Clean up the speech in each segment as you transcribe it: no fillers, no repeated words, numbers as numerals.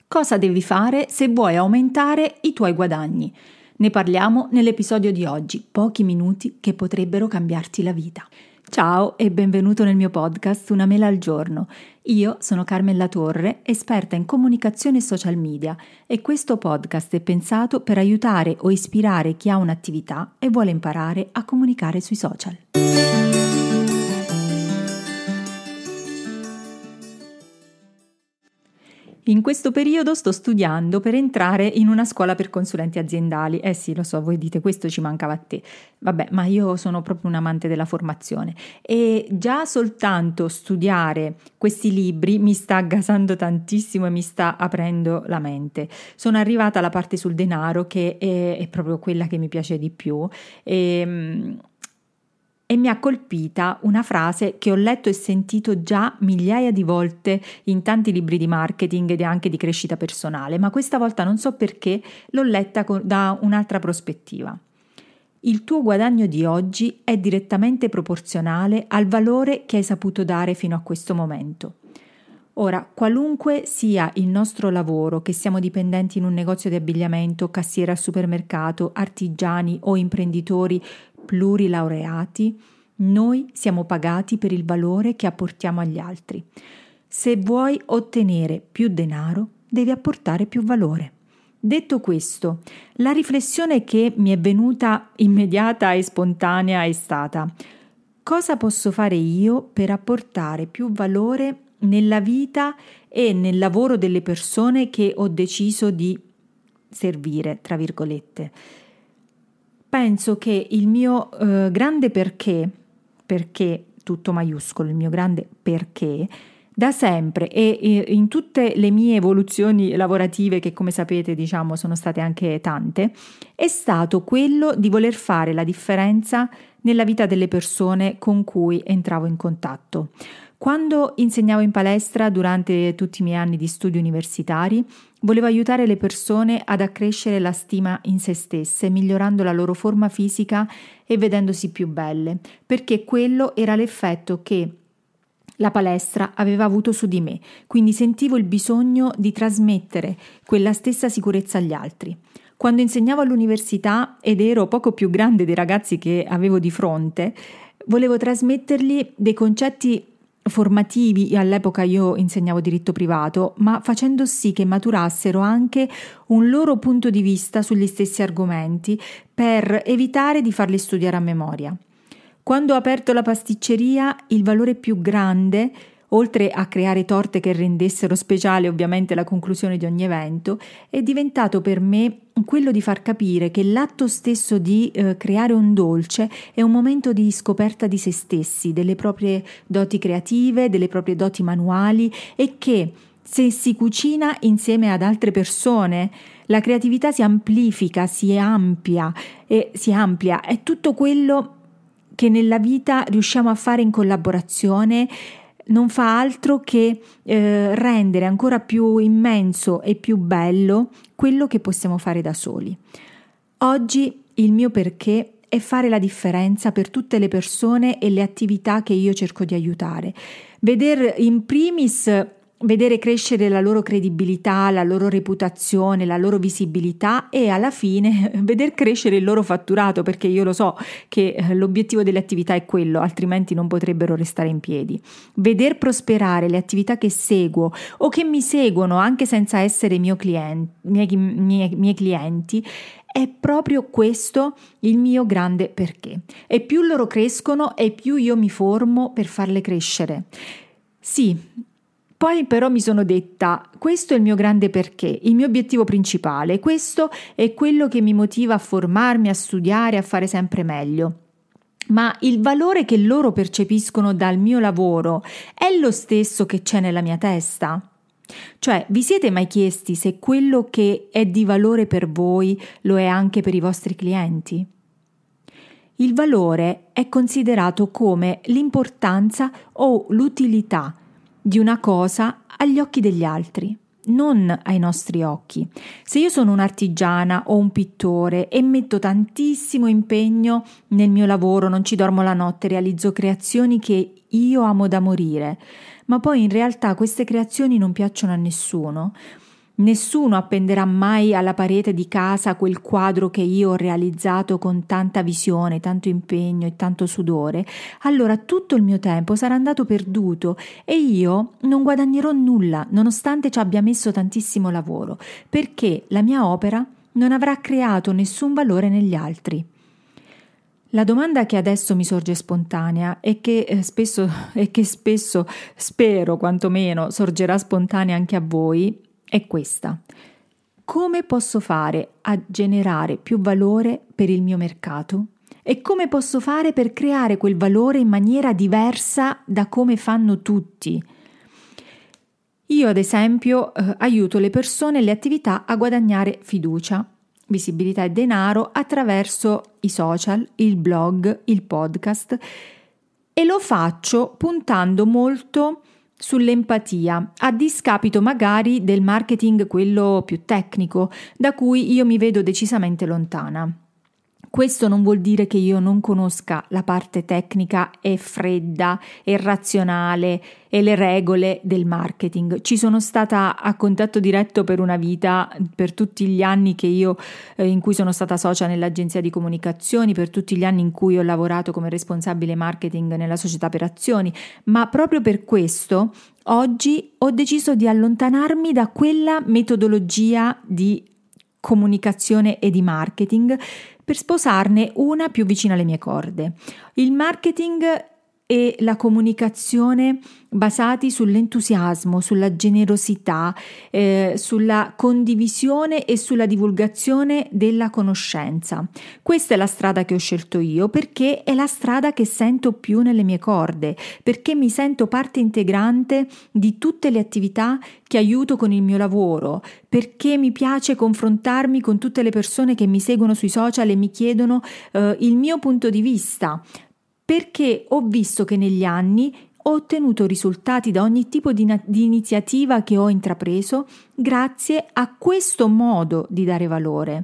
Cosa devi fare se vuoi aumentare i tuoi guadagni? Ne parliamo nell'episodio di oggi, pochi minuti che potrebbero cambiarti la vita. Ciao e benvenuto nel mio podcast Una mela al giorno. Io sono Carmen Latorre, esperta in comunicazione e social media e questo podcast è pensato per aiutare o ispirare chi ha un'attività e vuole imparare a comunicare sui social. In questo periodo sto studiando per entrare in una scuola per consulenti aziendali. Sì, lo so, voi dite questo ci mancava a te. Vabbè, ma io sono proprio un amante della formazione e già soltanto studiare questi libri mi sta gasando tantissimo e mi sta aprendo la mente. Sono arrivata alla parte sul denaro che è proprio quella che mi piace di più e mi ha colpita una frase che ho letto e sentito già migliaia di volte in tanti libri di marketing ed anche di crescita personale, ma questa volta non so perché l'ho letta da un'altra prospettiva. Il tuo guadagno di oggi è direttamente proporzionale al valore che hai saputo dare fino a questo momento. Ora, qualunque sia il nostro lavoro, che siamo dipendenti in un negozio di abbigliamento, cassiere al supermercato, artigiani o imprenditori plurilaureati, noi siamo pagati per il valore che apportiamo agli altri. Se vuoi ottenere più denaro, devi apportare più valore. Detto questo, la riflessione che mi è venuta immediata e spontanea è stata: cosa posso fare io per apportare più valore nella vita e nel lavoro delle persone che ho deciso di servire, tra virgolette? Penso che il mio grande perché tutto maiuscolo, il mio grande perché, da sempre e in tutte le mie evoluzioni lavorative, che come sapete diciamo sono state anche tante, è stato quello di voler fare la differenza nella vita delle persone con cui entravo in contatto. Quando insegnavo in palestra durante tutti i miei anni di studi universitari, volevo aiutare le persone ad accrescere la stima in se stesse, migliorando la loro forma fisica e vedendosi più belle, perché quello era l'effetto che la palestra aveva avuto su di me, quindi sentivo il bisogno di trasmettere quella stessa sicurezza agli altri. Quando insegnavo all'università ed ero poco più grande dei ragazzi che avevo di fronte, volevo trasmettergli dei concetti formativi. All'epoca io insegnavo diritto privato, ma facendo sì che maturassero anche un loro punto di vista sugli stessi argomenti per evitare di farli studiare a memoria. Quando ho aperto la pasticceria, il valore più grande, oltre a creare torte che rendessero speciale ovviamente la conclusione di ogni evento, è diventato per me quello di far capire che l'atto stesso di creare un dolce è un momento di scoperta di se stessi, delle proprie doti creative, delle proprie doti manuali, e che se si cucina insieme ad altre persone la creatività si amplifica, si amplia, è tutto quello che nella vita riusciamo a fare in collaborazione. Non fa altro che rendere ancora più immenso e più bello quello che possiamo fare da soli. Oggi il mio perché è fare la differenza per tutte le persone e le attività che io cerco di aiutare. Vedere crescere la loro credibilità, la loro reputazione, la loro visibilità e alla fine veder crescere il loro fatturato, perché io lo so che l'obiettivo delle attività è quello, altrimenti non potrebbero restare in piedi. Veder prosperare le attività che seguo o che mi seguono anche senza essere miei clienti è proprio questo il mio grande perché. E più loro crescono e più io mi formo per farle crescere. Sì. Poi però mi sono detta, questo è il mio grande perché, il mio obiettivo principale, questo è quello che mi motiva a formarmi, a studiare, a fare sempre meglio. Ma il valore che loro percepiscono dal mio lavoro è lo stesso che c'è nella mia testa? Cioè, vi siete mai chiesti se quello che è di valore per voi lo è anche per i vostri clienti? Il valore è considerato come l'importanza o l'utilità di una cosa agli occhi degli altri, non ai nostri occhi. Se io sono un'artigiana o un pittore e metto tantissimo impegno nel mio lavoro, non ci dormo la notte, realizzo creazioni che io amo da morire, ma poi in realtà queste creazioni non piacciono a nessuno, Nessuno appenderà mai alla parete di casa quel quadro che io ho realizzato con tanta visione, tanto impegno e tanto sudore. Allora tutto il mio tempo sarà andato perduto e io non guadagnerò nulla, nonostante ci abbia messo tantissimo lavoro, perché la mia opera non avrà creato nessun valore negli altri. La domanda che adesso mi sorge spontanea e che spesso spero quantomeno sorgerà spontanea anche a voi è questa: come posso fare a generare più valore per il mio mercato? E come posso fare per creare quel valore in maniera diversa da come fanno tutti? Io, ad esempio, aiuto le persone e le attività a guadagnare fiducia, visibilità e denaro attraverso i social, il blog, il podcast, e lo faccio puntando molto sull'empatia, a discapito magari del marketing quello più tecnico, da cui io mi vedo decisamente lontana. Questo non vuol dire che io non conosca la parte tecnica e fredda e razionale e le regole del marketing. Ci sono stata a contatto diretto per una vita, per tutti gli anni che in cui sono stata socia nell'agenzia di comunicazioni, per tutti gli anni in cui ho lavorato come responsabile marketing nella società per azioni, ma proprio per questo oggi ho deciso di allontanarmi da quella metodologia di comunicazione e di marketing per sposarne una più vicina alle mie corde. Il marketing e la comunicazione basati sull'entusiasmo, sulla generosità, sulla condivisione e sulla divulgazione della conoscenza. Questa è la strada che ho scelto io, perché è la strada che sento più nelle mie corde, perché mi sento parte integrante di tutte le attività che aiuto con il mio lavoro, perché mi piace confrontarmi con tutte le persone che mi seguono sui social e mi chiedono il mio punto di vista, perché ho visto che negli anni ho ottenuto risultati da ogni tipo di iniziativa che ho intrapreso grazie a questo modo di dare valore.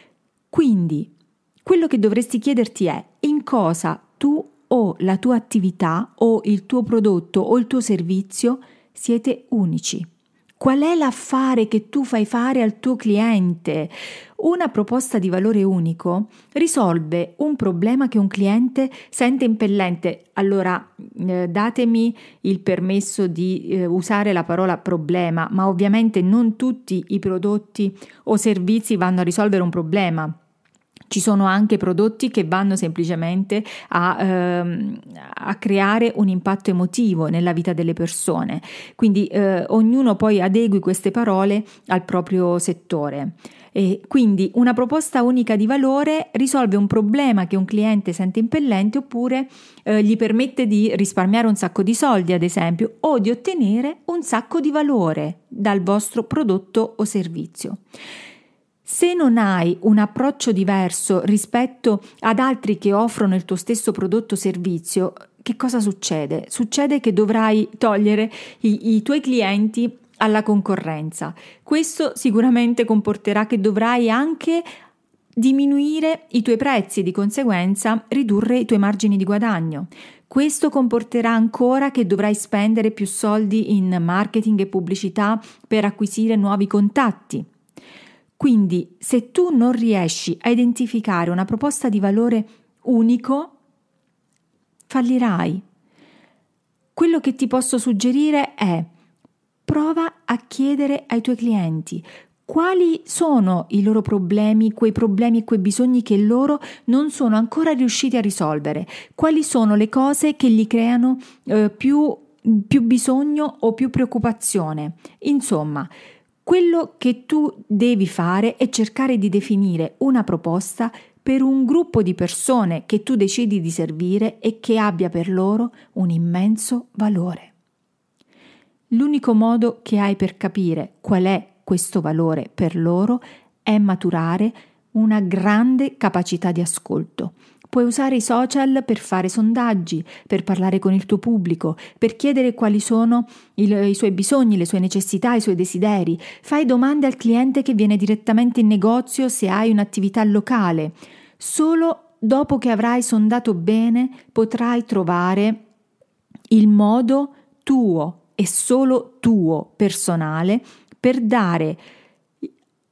Quindi, quello che dovresti chiederti è: in cosa tu o la tua attività o il tuo prodotto o il tuo servizio siete unici? Qual è l'affare che tu fai fare al tuo cliente? Una proposta di valore unico risolve un problema che un cliente sente impellente. Allora, datemi il permesso di usare la parola problema, ma ovviamente non tutti i prodotti o servizi vanno a risolvere un problema. Ci sono anche prodotti che vanno semplicemente a creare un impatto emotivo nella vita delle persone. Quindi ognuno poi adegui queste parole al proprio settore. E quindi una proposta unica di valore risolve un problema che un cliente sente impellente, oppure gli permette di risparmiare un sacco di soldi, ad esempio, o di ottenere un sacco di valore dal vostro prodotto o servizio. Se non hai un approccio diverso rispetto ad altri che offrono il tuo stesso prodotto o servizio, che cosa succede? Succede che dovrai togliere i tuoi clienti alla concorrenza. Questo sicuramente comporterà che dovrai anche diminuire i tuoi prezzi e di conseguenza ridurre i tuoi margini di guadagno. Questo comporterà ancora che dovrai spendere più soldi in marketing e pubblicità per acquisire nuovi contatti. Quindi, se tu non riesci a identificare una proposta di valore unico, fallirai. Quello che ti posso suggerire è: prova a chiedere ai tuoi clienti quali sono i loro problemi, quei problemi e quei bisogni che loro non sono ancora riusciti a risolvere, quali sono le cose che gli creano più bisogno o più preoccupazione. Insomma, quello che tu devi fare è cercare di definire una proposta per un gruppo di persone che tu decidi di servire e che abbia per loro un immenso valore. L'unico modo che hai per capire qual è questo valore per loro è maturare una grande capacità di ascolto. Puoi usare i social per fare sondaggi, per parlare con il tuo pubblico, per chiedere quali sono i suoi bisogni, le sue necessità, i suoi desideri. Fai domande al cliente che viene direttamente in negozio se hai un'attività locale. Solo dopo che avrai sondato bene potrai trovare il modo tuo e solo tuo personale per dare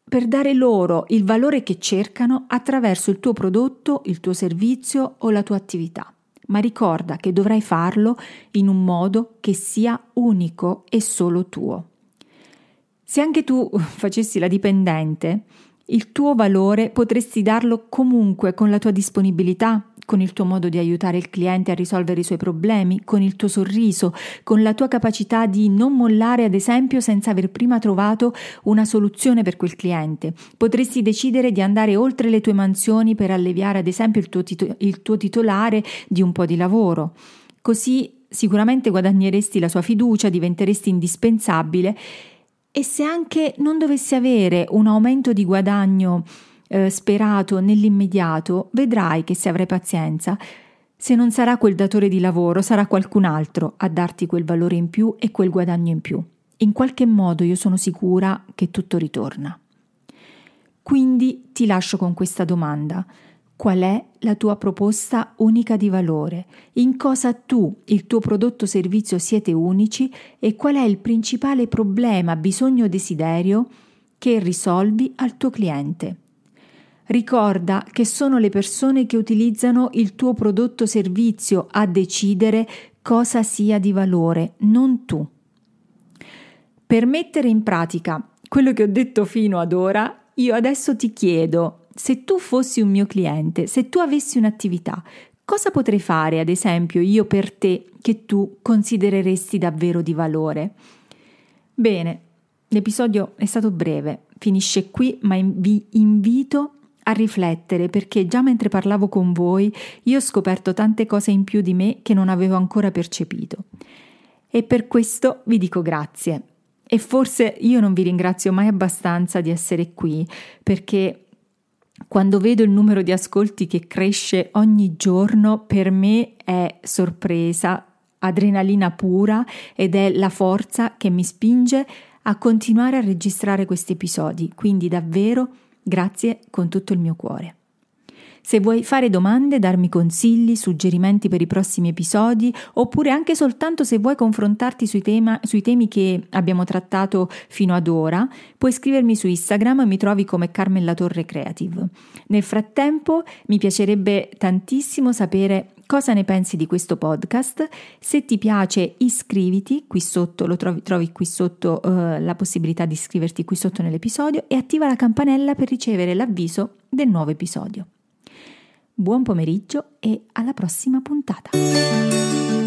per dare loro il valore che cercano attraverso il tuo prodotto, il tuo servizio o la tua attività. Ma ricorda che dovrai farlo in un modo che sia unico e solo tuo. Se anche tu facessi la dipendente, il tuo valore potresti darlo comunque con la tua disponibilità, con il tuo modo di aiutare il cliente a risolvere i suoi problemi, con il tuo sorriso, con la tua capacità di non mollare, ad esempio, senza aver prima trovato una soluzione per quel cliente. Potresti decidere di andare oltre le tue mansioni per alleviare, ad esempio, il tuo titolare di un po' di lavoro. Così sicuramente guadagneresti la sua fiducia, diventeresti indispensabile. E se anche non dovessi avere un aumento di guadagno sperato nell'immediato, vedrai che se avrai pazienza, se non sarà quel datore di lavoro, sarà qualcun altro a darti quel valore in più e quel guadagno in più. In qualche modo io sono sicura che tutto ritorna. Quindi ti lascio con questa domanda. Qual è la tua proposta unica di valore? In cosa tu, il tuo prodotto o servizio siete unici e qual è il principale problema, bisogno o desiderio che risolvi al tuo cliente? Ricorda che sono le persone che utilizzano il tuo prodotto o servizio a decidere cosa sia di valore, non tu. Per mettere in pratica quello che ho detto fino ad ora, io adesso ti chiedo: se tu fossi un mio cliente, se tu avessi un'attività, cosa potrei fare, ad esempio, io per te che tu considereresti davvero di valore? Bene, l'episodio è stato breve, finisce qui, ma vi invito a riflettere perché già mentre parlavo con voi io ho scoperto tante cose in più di me che non avevo ancora percepito. E per questo vi dico grazie. E forse io non vi ringrazio mai abbastanza di essere qui, perché quando vedo il numero di ascolti che cresce ogni giorno, per me è sorpresa, adrenalina pura ed è la forza che mi spinge a continuare a registrare questi episodi. Quindi davvero grazie con tutto il mio cuore. Se vuoi fare domande, darmi consigli, suggerimenti per i prossimi episodi, oppure anche soltanto se vuoi confrontarti sui temi che abbiamo trattato fino ad ora, puoi scrivermi su Instagram, mi trovi come Carmen Latorre Creative. Nel frattempo mi piacerebbe tantissimo sapere cosa ne pensi di questo podcast. Se ti piace, iscriviti qui sotto, trovi qui sotto la possibilità di iscriverti qui sotto nell'episodio e attiva la campanella per ricevere l'avviso del nuovo episodio. Buon pomeriggio e alla prossima puntata.